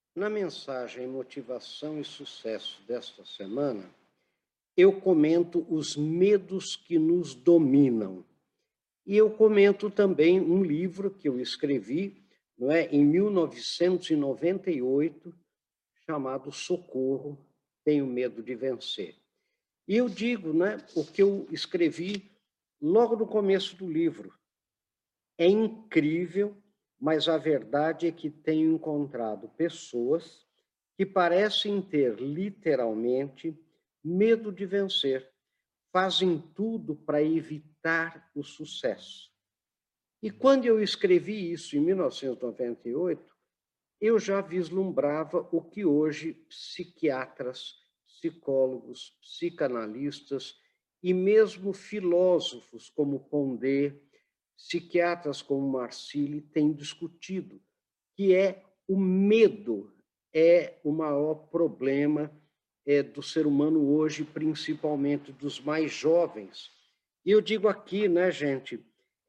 Na mensagem Motivação e Sucesso desta semana, eu comento os medos que nos dominam. E eu comento também um livro que eu escrevi, não é, em 1998, chamado Socorro, Tenho Medo de Vencer. E eu digo, né, o que eu escrevi logo no começo do livro. É incrível, mas a verdade é que tenho encontrado pessoas que parecem ter literalmente medo de vencer, fazem tudo para evitar o sucesso. E quando eu escrevi isso em 1998, eu já vislumbrava o que hoje psiquiatras, psicólogos, psicanalistas e mesmo filósofos como Pondé, psiquiatras como Marcilli têm discutido, que é o medo é o maior problema do ser humano hoje, principalmente dos mais jovens. E eu digo aqui, né, gente,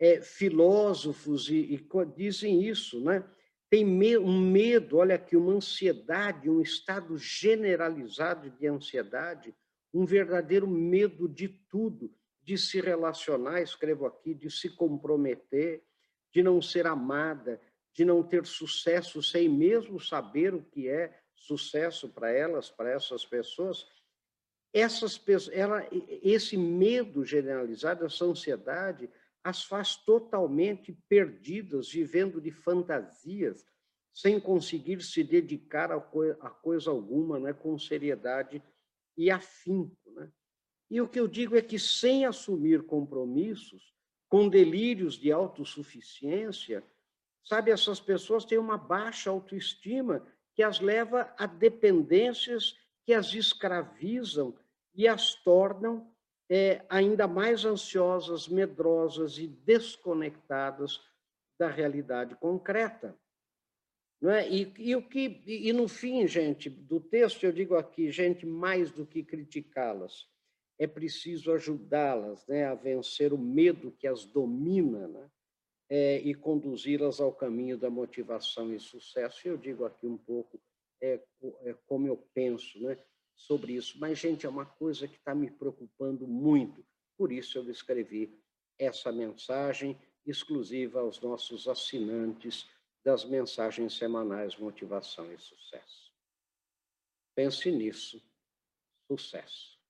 filósofos dizem isso, né? Tem um medo, olha aqui, uma ansiedade, um estado generalizado de ansiedade, um verdadeiro medo de tudo, de se relacionar, escrevo aqui, de se comprometer, de não ser amada, de não ter sucesso sem mesmo saber o que é sucesso para elas, para essas pessoas. Essas pessoas, esse medo generalizado, essa ansiedade, as faz totalmente perdidas, vivendo de fantasias, sem conseguir se dedicar a coisa alguma, né, com seriedade e afinco, né? E o que eu digo é que, sem assumir compromissos, com delírios de autossuficiência, sabe, essas pessoas têm uma baixa autoestima que as leva a dependências que as escravizam e as tornam ainda mais ansiosas, medrosas e desconectadas da realidade concreta. Não é? E no fim, gente, do texto eu digo aqui, gente, mais do que criticá-las, é preciso ajudá-las, né, a vencer o medo que as domina, né? E conduzi-las ao caminho da motivação e sucesso. Eu digo aqui um pouco como eu penso, né, sobre isso. Mas, gente, é uma coisa que está me preocupando muito. Por isso eu escrevi essa mensagem exclusiva aos nossos assinantes das mensagens semanais Motivação e Sucesso. Pense nisso. Sucesso.